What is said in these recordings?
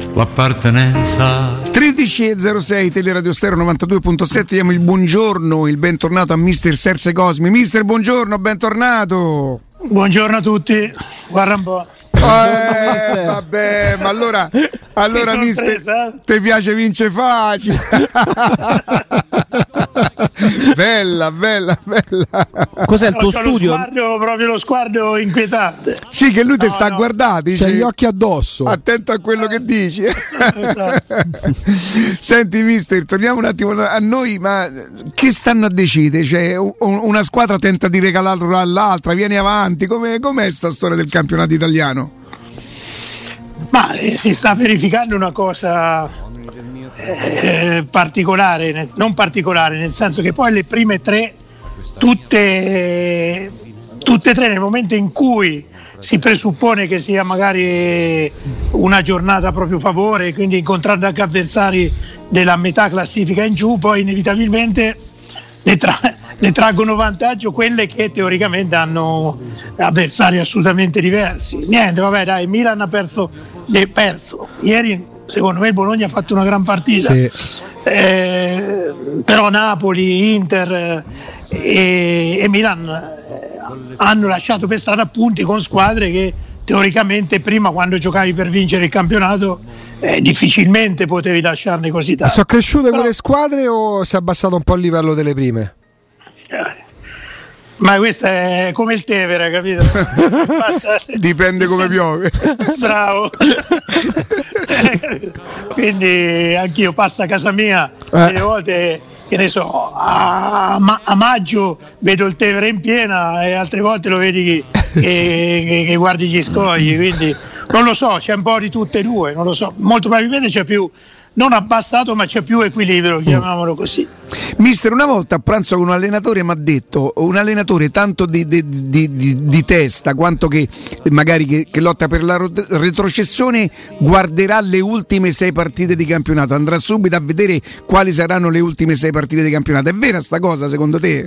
l'appartenenza. 13.06 Teleradio Stereo 92.7. Diamo il buongiorno, il bentornato a mister Serse Cosmi. Mister, buongiorno, bentornato. Buongiorno a tutti, guarda un po'. Vabbè, ma allora mister, ti piace vince facile. Bella. Cos'è il tuo studio? Proprio lo sguardo inquietante. Sì, che lui ti sta a guardare, dice, c'ha gli occhi addosso. Attento a quello che dici. Senti mister, torniamo un attimo a noi, ma che stanno a decidere? Cioè, una squadra tenta di regalarlo all'altra, vieni avanti, com'è sta storia del campionato italiano? Ma si sta verificando una cosa particolare, non particolare, nel senso che poi le prime tre, tutte e tre, nel momento in cui si presuppone che sia magari una giornata a proprio favore, quindi incontrando anche avversari della metà classifica in giù, poi inevitabilmente ne traggono vantaggio quelle che teoricamente hanno avversari assolutamente diversi. Niente, vabbè, dai, Milan ha perso ieri. Secondo me il Bologna ha fatto una gran partita, sì. Però Napoli, Inter e Milan hanno lasciato per strada punti con squadre che teoricamente prima, quando giocavi per vincere il campionato, difficilmente potevi lasciarne così tanto. Sono cresciute quelle squadre o si è abbassato un po' il livello delle prime? Ma questo è come il Tevere, capito? Dipende come piove. Bravo. Quindi anch'io passo a casa mia delle volte, che ne so, a maggio vedo il Tevere in piena e altre volte lo vedi che guardi gli scogli, quindi non lo so, c'è un po' di tutte e due, non lo so, molto probabilmente c'è più, non abbassato, ma c'è più equilibrio, chiamiamolo così. Mister, una volta a pranzo con un allenatore mi ha detto, un allenatore tanto di testa quanto che magari che lotta per la retrocessione guarderà le ultime 6 partite di campionato, andrà subito a vedere quali saranno le ultime 6 partite di campionato. È vera sta cosa secondo te?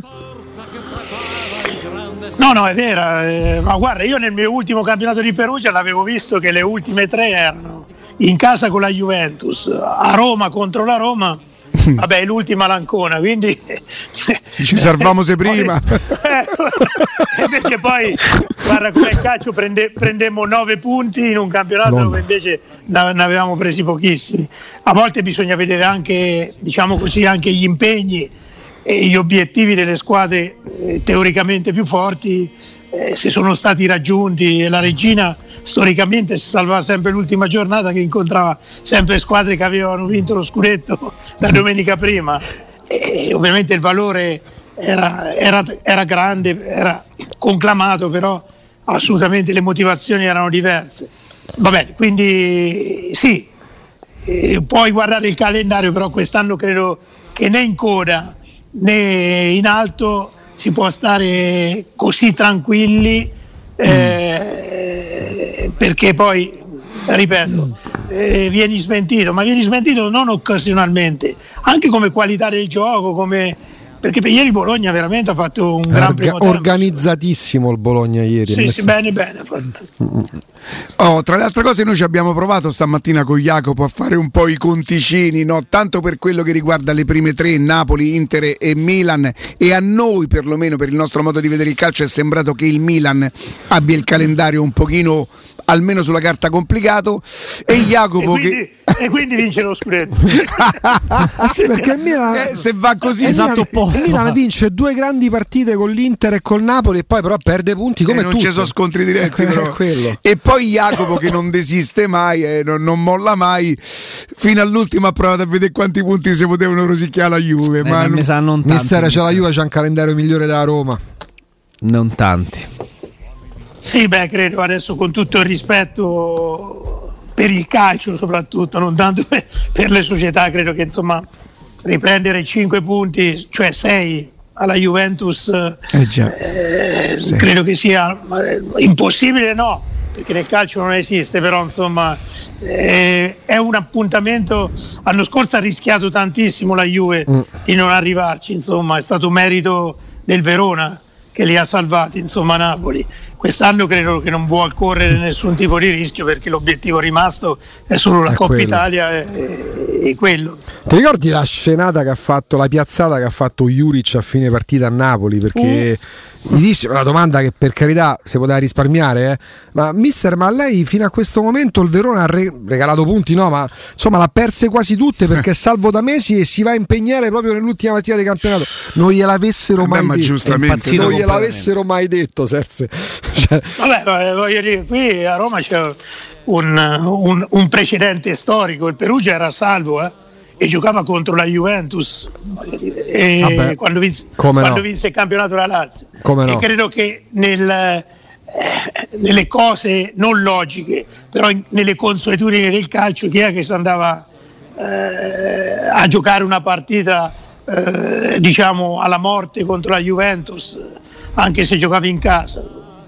No, è vera, ma guarda, io nel mio ultimo campionato di Perugia l'avevo visto che le ultime 3 erano in casa con la Juventus, a Roma contro la Roma, vabbè, l'ultima l'Ancona, quindi ci salvamo se prima. Invece poi guarda come il calcio, prendemmo 9 punti in un campionato dove invece ne avevamo presi pochissimi. A volte bisogna vedere anche, diciamo così, anche gli impegni e gli obiettivi delle squadre teoricamente più forti, se sono stati raggiunti. E la Regina storicamente si salvava sempre l'ultima giornata, che incontrava sempre squadre che avevano vinto lo scudetto la domenica prima, e ovviamente il valore era grande, era conclamato, però assolutamente le motivazioni erano diverse. Va bene, quindi sì, puoi guardare il calendario, però quest'anno credo che né in coda né in alto si può stare così tranquilli, perché poi, ripeto, vieni smentito non occasionalmente, anche come qualità del gioco, perché per ieri Bologna veramente ha fatto un gran primo tempo. Organizzatissimo il Bologna ieri. Sì, bene. Tra le altre cose noi ci abbiamo provato stamattina con Jacopo a fare un po' i conticini, no? Tanto per quello che riguarda le prime 3, Napoli, Inter e Milan, e a noi perlomeno per il nostro modo di vedere il calcio è sembrato che il Milan abbia il calendario un pochino, almeno sulla carta, complicato, e Jacopo e quindi vince lo scudetto. Sì, perché il Milan, se va così, esatto, il Milan vince 2 grandi partite con l'Inter e col Napoli e poi però perde punti come non ci sono scontri diretti, però. E poi Jacopo che non desiste mai, non molla mai, fino all'ultimo ha provato a vedere quanti punti si potevano rosicchiare la Juve, ma mi sa non tanti. Mister, c'è la Juve, c'è un calendario migliore della Roma. Non tanti. Sì, credo, adesso, con tutto il rispetto per il calcio soprattutto, non tanto per le società, credo che insomma riprendere 5 punti, cioè 6 alla Juventus, sì, credo che sia impossibile, no, perché nel calcio non esiste, però insomma è un appuntamento. L'anno scorso ha rischiato tantissimo la Juve di non arrivarci, insomma è stato merito del Verona che li ha salvati, insomma, Napoli. quest'anno credo che non vuol correre nessun tipo di rischio, perché l'obiettivo rimasto è solo la Coppa Italia e quello. Ti ricordi la scenata che ha fatto, la piazzata che ha fatto Juric a fine partita a Napoli? Perché gli disse una domanda che per carità si poteva risparmiare, ma mister, ma lei fino a questo momento il Verona ha regalato punti, no, ma insomma l'ha perse quasi tutte perché è salvo da mesi e si va a impegnare proprio nell'ultima partita di campionato. Non gliel'avessero mai detto, giustamente non gliel'avessero mai detto, Serse. Cioè. Vabbè, voglio dire, qui a Roma c'è un precedente storico. Il Perugia era salvo e giocava contro la Juventus quando vinse il campionato della Lazio. E credo che nelle cose non logiche, però nelle consuetudini del calcio, chi è che si andava a giocare una partita diciamo alla morte contro la Juventus, anche se giocavi in casa?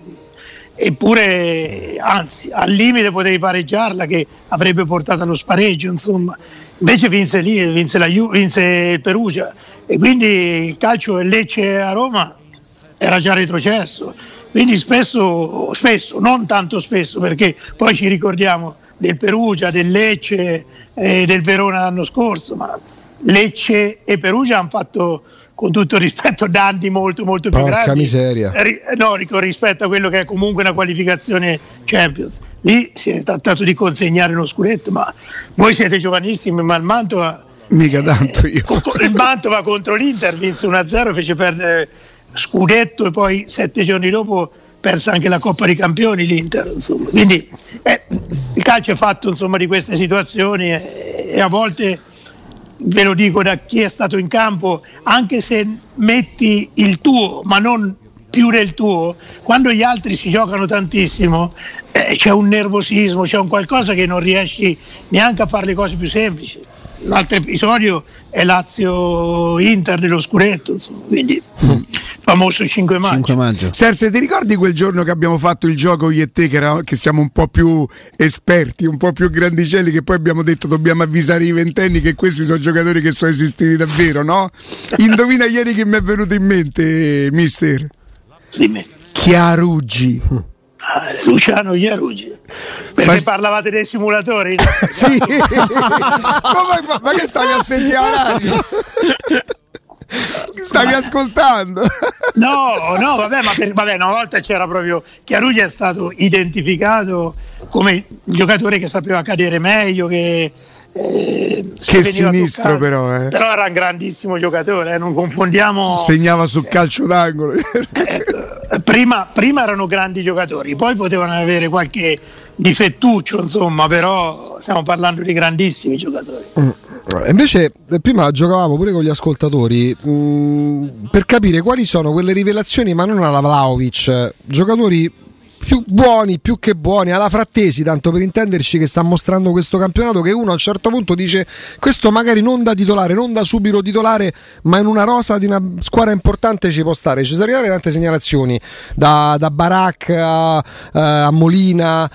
Eppure, anzi, al limite potevi pareggiarla, che avrebbe portato allo spareggio, insomma. Invece vinse il Perugia, e quindi il calcio del Lecce a Roma era già retrocesso. Quindi spesso, non tanto spesso, perché poi ci ricordiamo del Perugia, del Lecce e del Verona l'anno scorso, ma Lecce e Perugia hanno fatto, con tutto rispetto, danni molto molto più grandi. Porca miseria. Rispetto a quello che è comunque una qualificazione Champions. Lì si è trattato di consegnare uno scudetto, ma voi siete giovanissimi, ma il Mantova mica tanto io. Il Mantova contro l'Inter vinse 1-0, fece perdere scudetto e poi 7 giorni dopo persa anche la Coppa dei Campioni l'Inter, insomma. Quindi il calcio è fatto, insomma, di queste situazioni e a volte, ve lo dico da chi è stato in campo, anche se metti il tuo ma non più del tuo, quando gli altri si giocano tantissimo c'è un nervosismo, c'è un qualcosa che non riesci neanche a fare le cose più semplici. L'altro episodio è Lazio-Inter dello scudetto, insomma. Quindi famoso 5 maggio. Serse, ti ricordi quel giorno che abbiamo fatto il gioco io e te, che siamo un po' più esperti, un po' più grandicelli, che poi abbiamo detto dobbiamo avvisare i ventenni che questi sono giocatori che sono esistiti davvero, no? Indovina ieri che mi è venuto in mente, mister? Dimmi. Chiaruggi. Luciano Chiaruggi, perché parlavate dei simulatori? Sì. Ma che stavi a sentire la radio? Stavi ascoltando? No, vabbè, una volta c'era proprio Chiaruggi, è stato identificato come il giocatore che sapeva cadere meglio, che sinistro però era un grandissimo giocatore, non confondiamo. Segnava sul calcio d'angolo. Prima erano grandi giocatori, poi potevano avere qualche difettuccio, insomma, però stiamo parlando di grandissimi giocatori. Invece prima giocavamo pure con gli ascoltatori per capire quali sono quelle rivelazioni, ma non alla Vlahovic, giocatori più buoni, più che buoni, alla Frattesi, tanto per intenderci, che sta mostrando questo campionato, che uno a un certo punto dice questo magari non da titolare, non da subito titolare, ma in una rosa di una squadra importante ci può stare. Ci sono arrivate tante segnalazioni da Barak a Molina.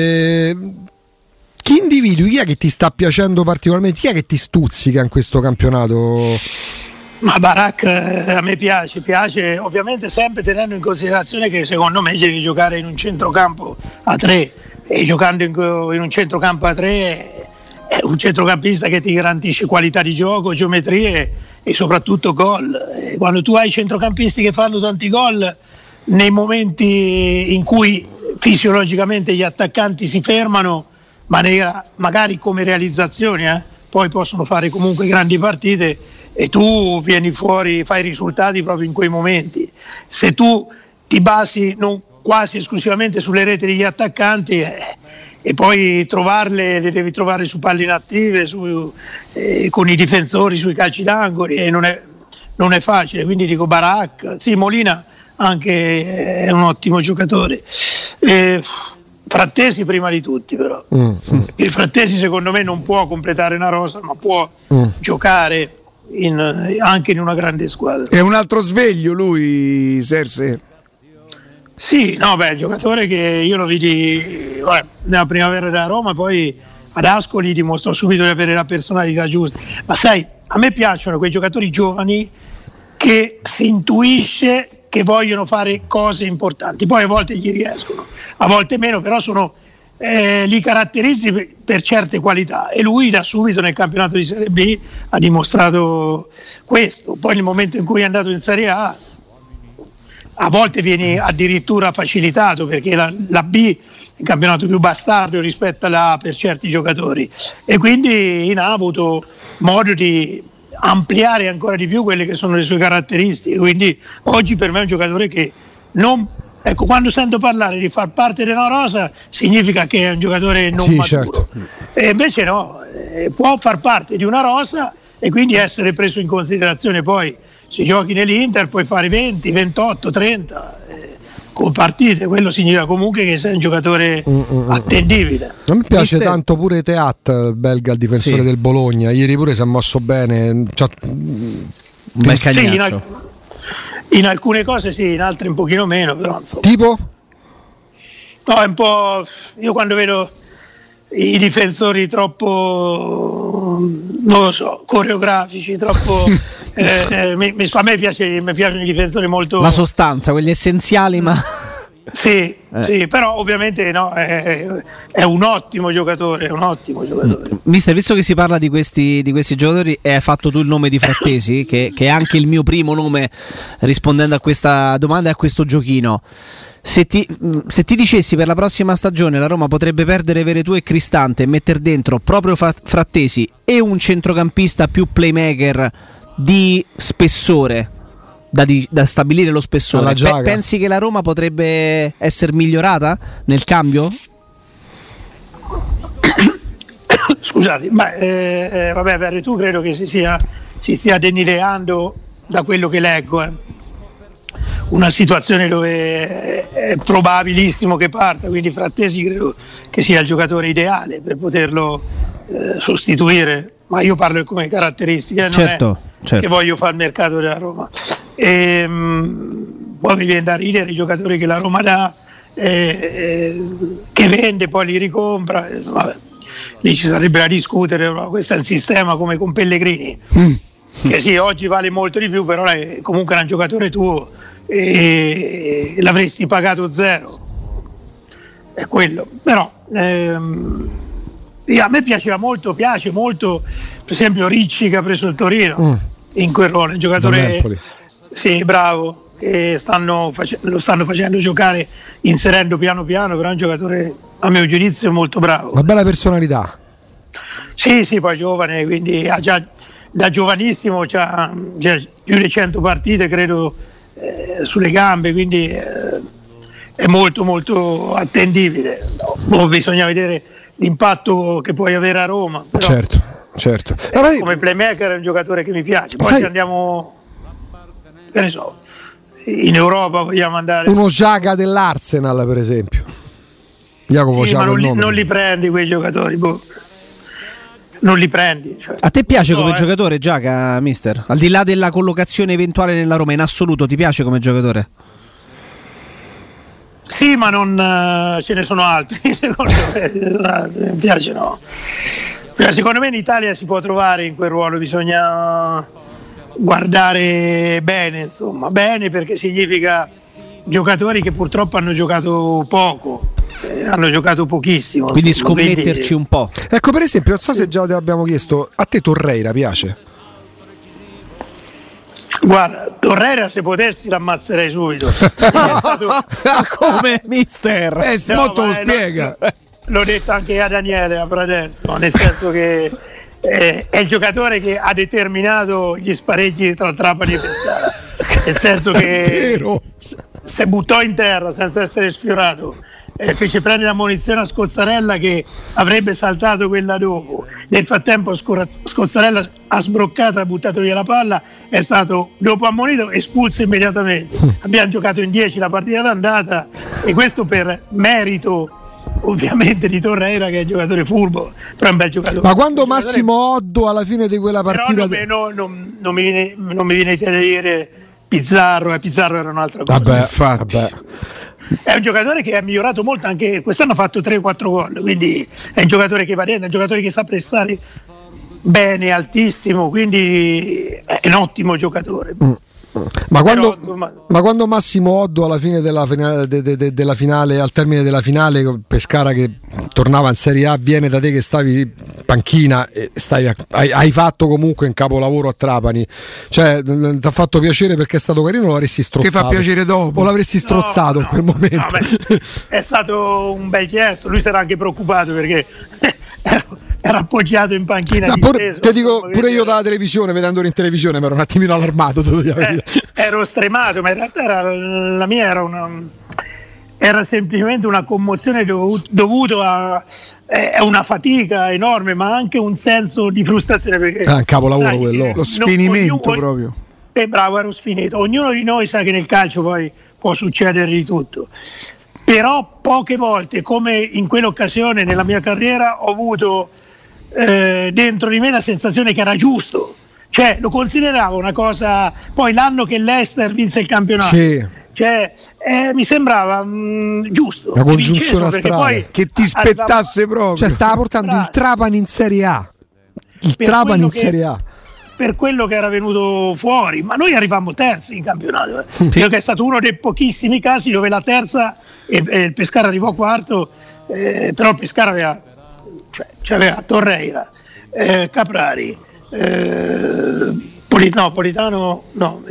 Chi individui, chi è che ti sta piacendo particolarmente, chi è che ti stuzzica in questo campionato? Ma Barak a me piace ovviamente, sempre tenendo in considerazione che secondo me devi giocare in un centrocampo a 3, e giocando in un centrocampo a 3 è un centrocampista che ti garantisce qualità di gioco, geometrie e soprattutto gol. E quando tu hai centrocampisti che fanno tanti gol, nei momenti in cui fisiologicamente gli attaccanti si fermano, magari come realizzazioni poi possono fare comunque grandi partite, e tu vieni fuori, fai risultati proprio in quei momenti. Se tu ti basi non quasi esclusivamente sulle reti degli attaccanti e poi le devi trovare su palle inattive, con i difensori, sui calci d'angolo, e non è facile. Quindi dico Barak, sì, Molina anche è un ottimo giocatore. Frattesi prima di tutti, però il Frattesi secondo me non può completare una rosa, ma può giocare anche in una grande squadra. È un altro sveglio lui, Serse? Sì, il giocatore che io lo vidi nella primavera della Roma, poi ad Ascoli dimostrò subito di avere la personalità giusta. Ma sai, a me piacciono quei giocatori giovani che si intuisce che vogliono fare cose importanti, poi a volte gli riescono, a volte meno, però li caratterizzi per certe qualità, e lui da subito nel campionato di Serie B ha dimostrato questo. Poi nel momento in cui è andato in Serie A volte viene addirittura facilitato, perché la B è il campionato più bastardo rispetto alla A per certi giocatori, e quindi ha avuto modo di ampliare ancora di più quelle che sono le sue caratteristiche. Quindi oggi per me è un giocatore che non, ecco, quando sento parlare di far parte della rosa significa che è un giocatore non maturo, certo. E invece no, può far parte di una rosa e quindi essere preso in considerazione. Poi se giochi nell'Inter puoi fare 20, 28, 30 con partite, quello significa comunque che sei un giocatore attendibile. A me piace tanto pure Teat, il belga, il difensore del Bologna. Ieri pure si è mosso bene, un bel cagnaccio. In alcune cose sì, in altre un pochino meno, però insomma. Tipo? No, è un po'. Io quando vedo i difensori troppo, non lo so, coreografici, troppo a me piacciono i difensori molto. La sostanza, quelli essenziali, ma. Sì, però ovviamente no, è un ottimo giocatore, Mister, visto che si parla di questi giocatori, e hai fatto tu il nome di Frattesi, che è anche il mio primo nome rispondendo a questa domanda e a questo giochino. Se ti dicessi per la prossima stagione la Roma potrebbe perdere Veretù e Cristante e mettere dentro proprio Frattesi e un centrocampista più playmaker di spessore, da stabilire lo spessore, pensi che la Roma potrebbe essere migliorata nel cambio? Scusate, ma vabbè, Veretù credo che si stia delineando, da quello che leggo, una situazione dove è probabilissimo che parta, quindi Frattesi credo che sia il giocatore ideale per poterlo sostituire, ma io parlo come caratteristiche, non certo. Che voglio fare il mercato della Roma. Poi mi viene da ridere i giocatori che la Roma dà, che vende, poi li ricompra, vabbè, lì ci sarebbe da discutere, però questo è un sistema come con Pellegrini, che sì, oggi vale molto di più, però comunque è un giocatore tuo e l'avresti pagato zero, è quello. Però a me piace molto per esempio Ricci, che ha preso il Torino in quel ruolo, un giocatore bravo, che lo stanno facendo giocare, inserendo piano piano, però è un giocatore a mio giudizio molto bravo, una bella personalità. Sì, poi giovane, quindi ha già da giovanissimo c'ha più di 100 partite credo sulle gambe, quindi è molto molto attendibile. Bisogna vedere l'impatto che puoi avere a Roma, però, certo. Come playmaker è un giocatore che mi piace. Poi se andiamo, che ne so, in Europa vogliamo andare, uno Xhaka dell'Arsenal per esempio, Jacopo, ma non li prendi quei giocatori, non li prendi, cioè. A te piace come giocatore Xhaka, mister? Al di là della collocazione eventuale nella Roma, in assoluto ti piace come giocatore? Sì, ma non ce ne sono altri, secondo me. Mi piace, no. Secondo me in Italia si può trovare in quel ruolo, bisogna guardare bene, insomma, bene, perché significa giocatori che purtroppo hanno giocato poco, hanno giocato pochissimo. Quindi scommetterci un po'. Ecco, per esempio, non so se già ti abbiamo chiesto, a te Torreira piace? Guarda, Torreira se potessi l'ammazzerei subito. Come mister? Molto lo spiega. L'ho detto anche a Daniele, a Pradenzo, nel senso che è il giocatore che ha determinato gli spareggi tra Trapani e Pescara, nel senso che si buttò in terra senza essere sfiorato, fece prendere la munizione a Scozzarella che avrebbe saltato quella dopo. Nel frattempo Scozzarella ha sbroccato, ha buttato via la palla, è stato dopo ammonito, espulso immediatamente. Abbiamo giocato in 10 la partita d'andata, e questo per merito ovviamente di Torreira, che è un giocatore furbo, però è un bel giocatore. Ma quando Massimo Oddo alla fine di quella partita non mi viene da dire Pizarro era un'altra cosa. Vabbè. È un giocatore che ha migliorato molto, anche quest'anno ha fatto 3-4 gol, quindi è un giocatore che va dentro, è un giocatore che sa pressare bene, altissimo, quindi è un ottimo giocatore. Ma quando Massimo Oddo alla fine della finale, al termine della finale, Pescara che tornava in Serie A, viene da te che stavi panchina e hai fatto comunque un capolavoro a Trapani, cioè ti ha fatto piacere perché è stato carino, o l'avresti strozzato? Che fa piacere dopo? O l'avresti strozzato in quel momento? No, è stato un bel gesto, lui si era anche preoccupato perché era appoggiato in panchina. Ti dico, pure io dalla televisione, vedendolo in televisione, mi ero un attimino allarmato. Ero stremato, ma in realtà la mia era semplicemente una commozione dovuto a una fatica enorme, ma anche un senso di frustrazione, perché un capolavoro quello, lo sfinimento proprio. Bravo, ero sfinito. Ognuno di noi sa che nel calcio poi può succedere di tutto, però poche volte come in quell'occasione nella mia carriera ho avuto dentro di me la sensazione che era giusto, cioè lo consideravo una cosa. Poi l'anno che l'Ester vinse il campionato, sì, cioè mi sembrava giusto, una congiunzione astrale poi che ti spettasse proprio, cioè stava portando il Trapani in Serie A, Serie A per quello che era venuto fuori, ma noi arrivavamo terzi in campionato, perché è stato uno dei pochissimi casi dove la terza e il Pescara arrivò quarto, però il Pescara aveva Torreira, Caprari, Politano,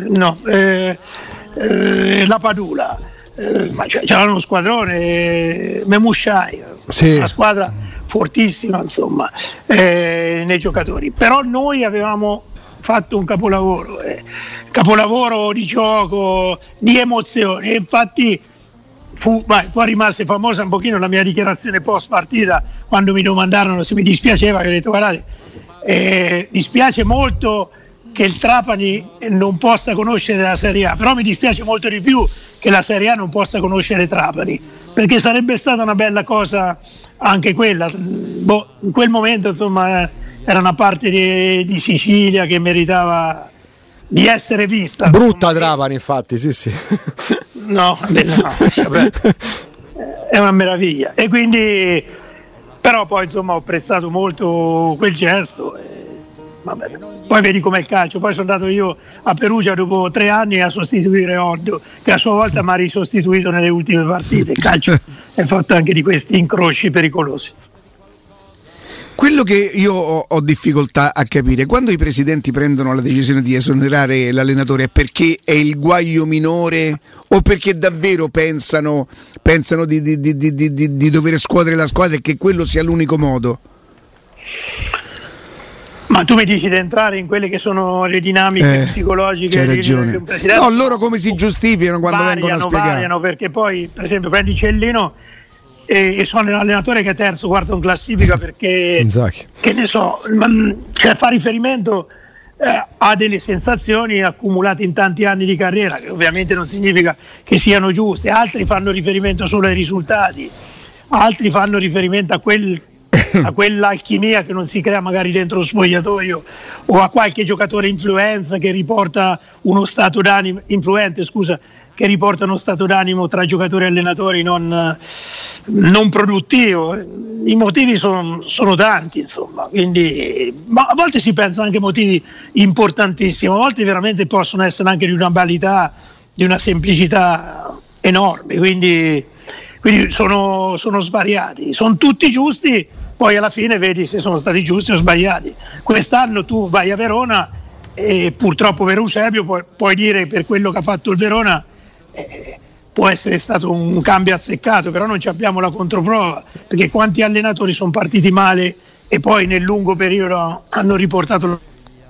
la Padula, ma c'era uno squadrone, Memusciai, sì, una squadra fortissima, insomma, nei giocatori. Però noi avevamo fatto un capolavoro di gioco, di emozioni, e infatti poi rimase famosa un pochino la mia dichiarazione post partita, quando mi domandarono se mi dispiaceva, che ho detto: guardate, dispiace molto che il Trapani non possa conoscere la Serie A, però mi dispiace molto di più che la Serie A non possa conoscere Trapani, perché sarebbe stata una bella cosa anche quella. In quel momento, insomma, era una parte di Sicilia che meritava di essere vista. Brutta Trapani, infatti, sì. No, è una meraviglia, e quindi però poi insomma ho apprezzato molto quel gesto, vabbè. Poi vedi com'è il calcio. Poi sono andato io a Perugia dopo 3 anni a sostituire Oddo, che a sua volta mi ha risostituito nelle ultime partite. Il calcio è fatto anche di questi incroci pericolosi. Quello che io ho difficoltà a capire, quando i presidenti prendono la decisione di esonerare l'allenatore, è perché è il guaio minore o perché davvero pensano di dover scuotere la squadra e che quello sia l'unico modo? Ma tu mi dici di entrare in quelle che sono le dinamiche psicologiche di un presidente? No, loro come si giustificano quando vengono a spiegare? Variano, perché poi, per esempio, prendi Cellino e sono un allenatore che è terzo, quarto in classifica, perché che ne so, cioè fa riferimento a delle sensazioni accumulate in tanti anni di carriera, che ovviamente non significa che siano giuste. Altri fanno riferimento solo ai risultati, altri fanno riferimento a quell'alchimia che non si crea magari dentro lo spogliatoio, o a qualche giocatore influenza che riporta uno stato d'animo che riporta uno stato d'animo tra giocatori e allenatori non produttivo. I motivi sono tanti, insomma, quindi, ma a volte si pensa anche a motivi importantissimi, a volte veramente possono essere anche di una banalità, di una semplicità enorme, quindi sono svariati, sono tutti giusti, poi alla fine vedi se sono stati giusti o sbagliati. Quest'anno tu vai a Verona e purtroppo per Eusebio puoi dire, per quello che ha fatto il Verona, può essere stato un cambio azzeccato, però non ci abbiamo la controprova, perché quanti allenatori sono partiti male e poi nel lungo periodo hanno riportato.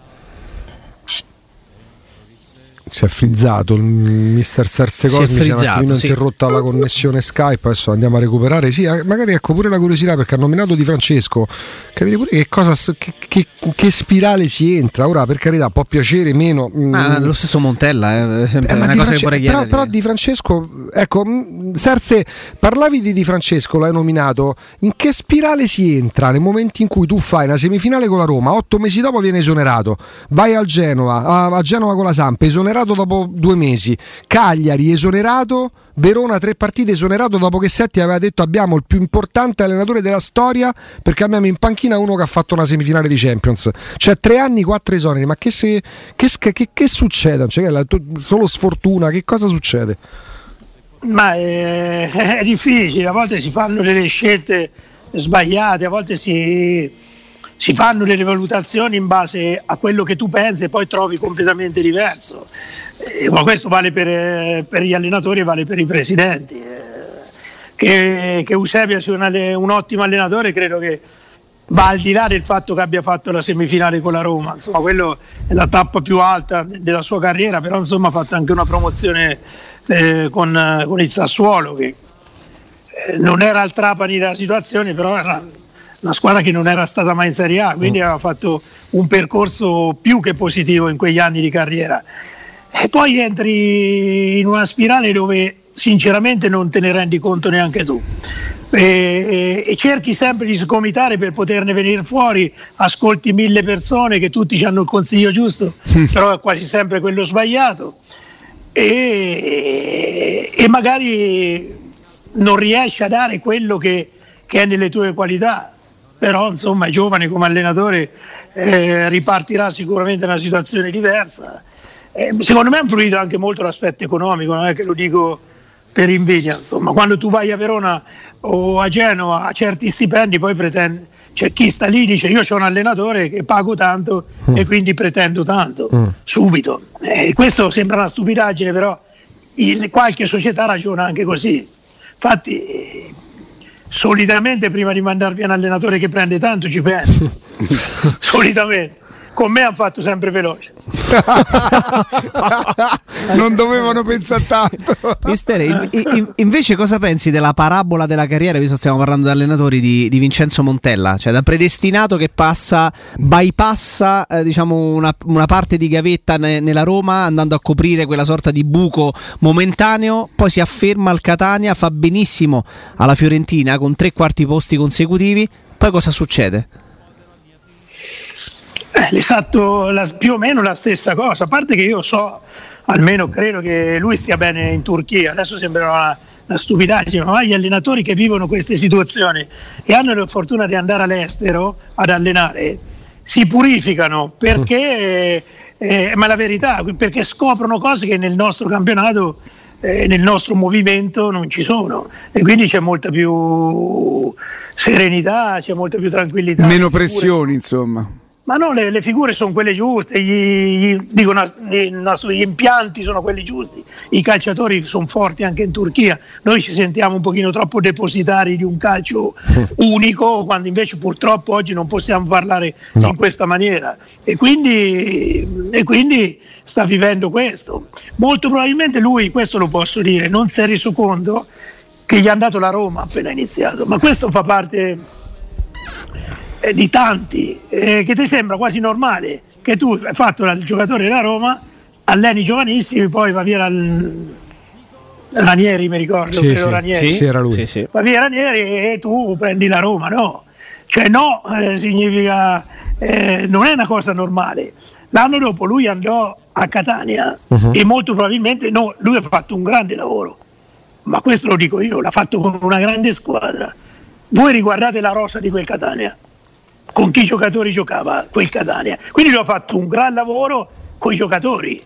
Si è frizzato il mister Serse Cosmi, si è un attimino interrotta la connessione Skype, adesso andiamo a recuperare. Sì, magari ecco pure la curiosità, perché ha nominato Di Francesco, capire pure che spirale si entra. Ora, per carità, può piacere meno, lo stesso Montella è una cosa che vorrei chiedere. Però Di Francesco, ecco, Serse, parlavi di Francesco, l'hai nominato, in che spirale si entra nel momento in cui tu fai una semifinale con la Roma, 8 mesi dopo viene esonerato, vai al Genova, a Genova con la Samp, esonerato esonerato dopo 2 mesi, Cagliari esonerato, Verona 3 partite esonerato dopo che Setti aveva detto abbiamo il più importante allenatore della storia perché abbiamo in panchina uno che ha fatto una semifinale di Champions. Cioè 3 anni 4 esoneri, ma che succede? Cioè, solo sfortuna, che cosa succede? Ma è difficile, a volte si fanno delle scelte sbagliate, a volte si fanno delle valutazioni in base a quello che tu pensi e poi trovi completamente diverso. Ma questo vale per gli allenatori e vale per i presidenti. Che Eusebio sia un ottimo allenatore credo che va al di là del fatto che abbia fatto la semifinale con la Roma, insomma quello è la tappa più alta della sua carriera, però insomma ha fatto anche una promozione con il Sassuolo che non era al Trapani della situazione, però era una squadra che non era stata mai in Serie A, quindi aveva fatto un percorso più che positivo in quegli anni di carriera. E poi entri in una spirale dove sinceramente non te ne rendi conto neanche tu e cerchi sempre di sgomitare per poterne venire fuori, ascolti 1000 persone che tutti hanno il consiglio giusto però è quasi sempre quello sbagliato e magari non riesci a dare quello che è nelle tue qualità, però insomma è giovane come allenatore, ripartirà sicuramente in una situazione diversa. Secondo me ha influito anche molto l'aspetto economico, non è che lo dico per invidia, insomma quando tu vai a Verona o a Genova a certi stipendi poi pretendi, c'è chi sta lì e dice io ho un allenatore che pago tanto e quindi pretendo tanto subito, questo sembra una stupidaggine, però qualche società ragiona anche così. Infatti solitamente prima di mandar via un allenatore che prende tanto ci penso solitamente. Con me hanno fatto sempre veloce. Non dovevano pensare tanto. Mister, invece cosa pensi della parabola della carriera, visto che stiamo parlando di allenatori, di Vincenzo Montella? Cioè da predestinato che bypassa diciamo una parte di gavetta nella Roma andando a coprire quella sorta di buco momentaneo, poi si afferma al Catania, fa benissimo alla Fiorentina con 3 quarti posti consecutivi, poi cosa succede? L'esatto, più o meno la stessa cosa, a parte che io so, almeno credo che lui stia bene in Turchia, adesso sembra una stupidaggine, ma gli allenatori che vivono queste situazioni e hanno la fortuna di andare all'estero ad allenare si purificano perché ma la verità, perché scoprono cose che nel nostro campionato nel nostro movimento non ci sono e quindi c'è molta più serenità, c'è molta più tranquillità, meno pressioni insomma. Ma no, le figure sono quelle giuste, gli impianti sono quelli giusti, i calciatori sono forti anche in Turchia, noi ci sentiamo un pochino troppo depositari di un calcio unico, quando invece purtroppo oggi non possiamo parlare in questa maniera e quindi sta vivendo questo. Molto probabilmente lui, questo lo posso dire, non si è reso conto che gli è andato la Roma appena iniziato, ma questo fa parte di tanti, che ti sembra quasi normale che tu hai fatto il giocatore della Roma, alleni giovanissimi, poi va via Ranieri, mi ricordo, Ranieri. Sì, era lui. Sì. Va via Ranieri e tu prendi la Roma, no? Cioè no, significa non è una cosa normale. L'anno dopo lui andò a Catania e molto probabilmente lui ha fatto un grande lavoro, ma questo lo dico io, l'ha fatto con una grande squadra. Voi riguardate la rosa di quel Catania, con chi giocatori giocava quel Catania, quindi lui ha fatto un gran lavoro con i giocatori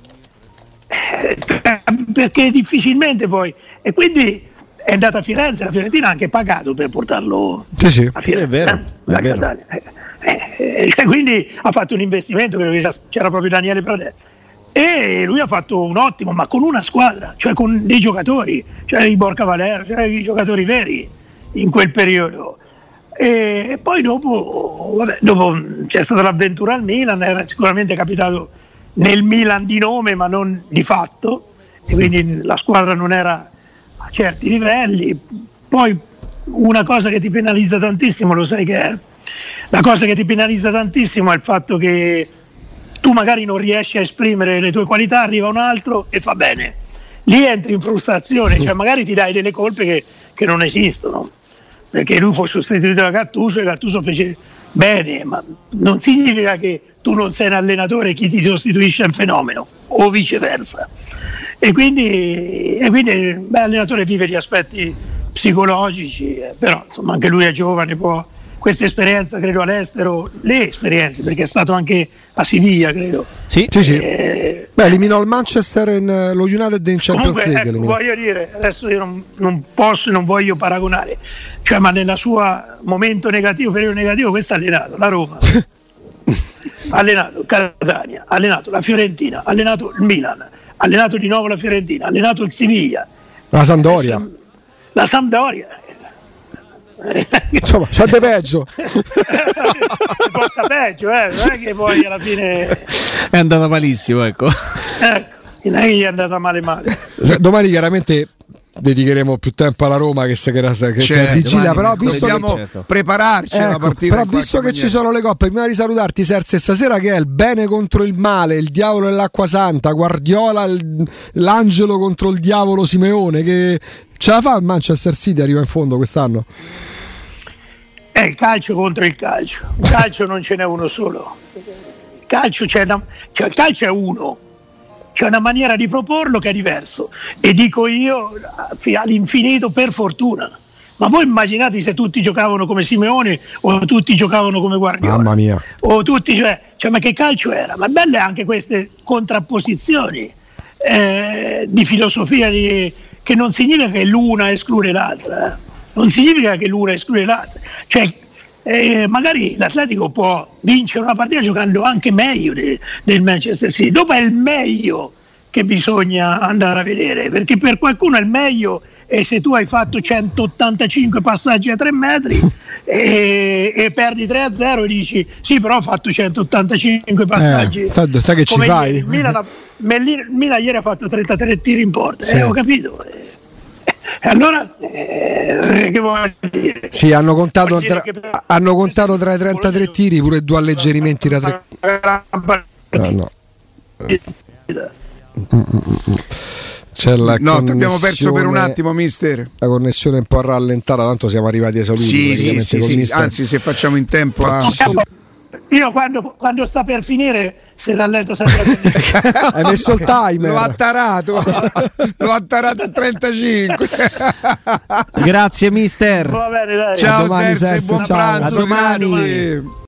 perché difficilmente poi, e quindi è andato a Firenze, la Fiorentina ha anche pagato per portarlo a Firenze, da Catania. Quindi ha fatto un investimento, credo che c'era proprio Daniele Pradè e lui ha fatto un ottimo, ma con una squadra, cioè con dei giocatori, c'erano i Borca Valero, c'erano i giocatori veri in quel periodo. E poi dopo c'è stata l'avventura al Milan, era sicuramente capitato nel Milan di nome ma non di fatto, e quindi la squadra non era a certi livelli. Poi una cosa che ti penalizza tantissimo, lo sai che è? La cosa che ti penalizza tantissimo è il fatto che tu magari non riesci a esprimere le tue qualità, arriva un altro e fa bene, lì entri in frustrazione, cioè magari ti dai delle colpe che non esistono, perché lui fu sostituito da Gattuso e Gattuso fece bene, ma non significa che tu non sei un allenatore e chi ti sostituisce è un fenomeno, o viceversa. E quindi l'allenatore vive gli aspetti psicologici, però insomma anche lui è giovane, può questa esperienza, credo, all'estero, le esperienze, perché è stato anche a Siviglia, credo. Sì. Eliminò il Manchester lo United in Champions League. Ecco, voglio dire, adesso io non posso, non voglio paragonare, cioè, ma nella sua momento negativo, periodo negativo, questo ha allenato la Roma, ha allenato Catania, ha allenato la Fiorentina, ha allenato il Milan, ha allenato di nuovo la Fiorentina, ha allenato il Siviglia, la Sampdoria. Insomma, c'è di peggio. Costa peggio, non è che poi alla fine è andata malissimo, ecco. Non è che gli è andata male. Domani chiaramente dedicheremo più tempo alla Roma che è vigilia, però visto dobbiamo prepararci alla partita. Però visto che ci sono le coppe, prima di salutarti, Serse, stasera che è il bene contro il male, il diavolo e l'acqua santa, Guardiola, l'angelo contro il diavolo Simeone, che ce la fa il Manchester City, arriva in fondo quest'anno? È il calcio contro il calcio. Il calcio non ce n'è uno solo. Il calcio il calcio è uno. C'è una maniera di proporlo che è diverso. E dico io all'infinito, per fortuna. Ma voi immaginate se tutti giocavano come Simeone o tutti giocavano come Guardiola? Mamma mia. O tutti, cioè, ma che calcio era? Ma belle anche queste contrapposizioni di filosofia che non significa che l'una esclude l'altra. Non significa che l'una esclude l'altra. Cioè, magari l'Atletico può vincere una partita giocando anche meglio del Manchester City. Dopo è il meglio che bisogna andare a vedere, perché per qualcuno è il meglio e se tu hai fatto 185 passaggi a 3 metri e perdi 3-0 e dici sì, però ho fatto 185 passaggi, sai che ci fai? Il Milan ieri ha fatto 33 tiri in porta, sì. Ho capito. Allora, che vuoi dire? Sì, hanno contato tra i 33 tiri pure 2 alleggerimenti da 3. No. C'è la ti abbiamo perso per un attimo, mister. La connessione è un po' rallentata, tanto siamo arrivati ai saluti. Sì. Anzi, se facciamo in tempo io quando sta per finire si rallenta sempre. Hai messo il timer. L'ho attarato a 35. Grazie mister. Va bene, dai. Ciao domani, Serse, buon pranzo. A domani. Grazie.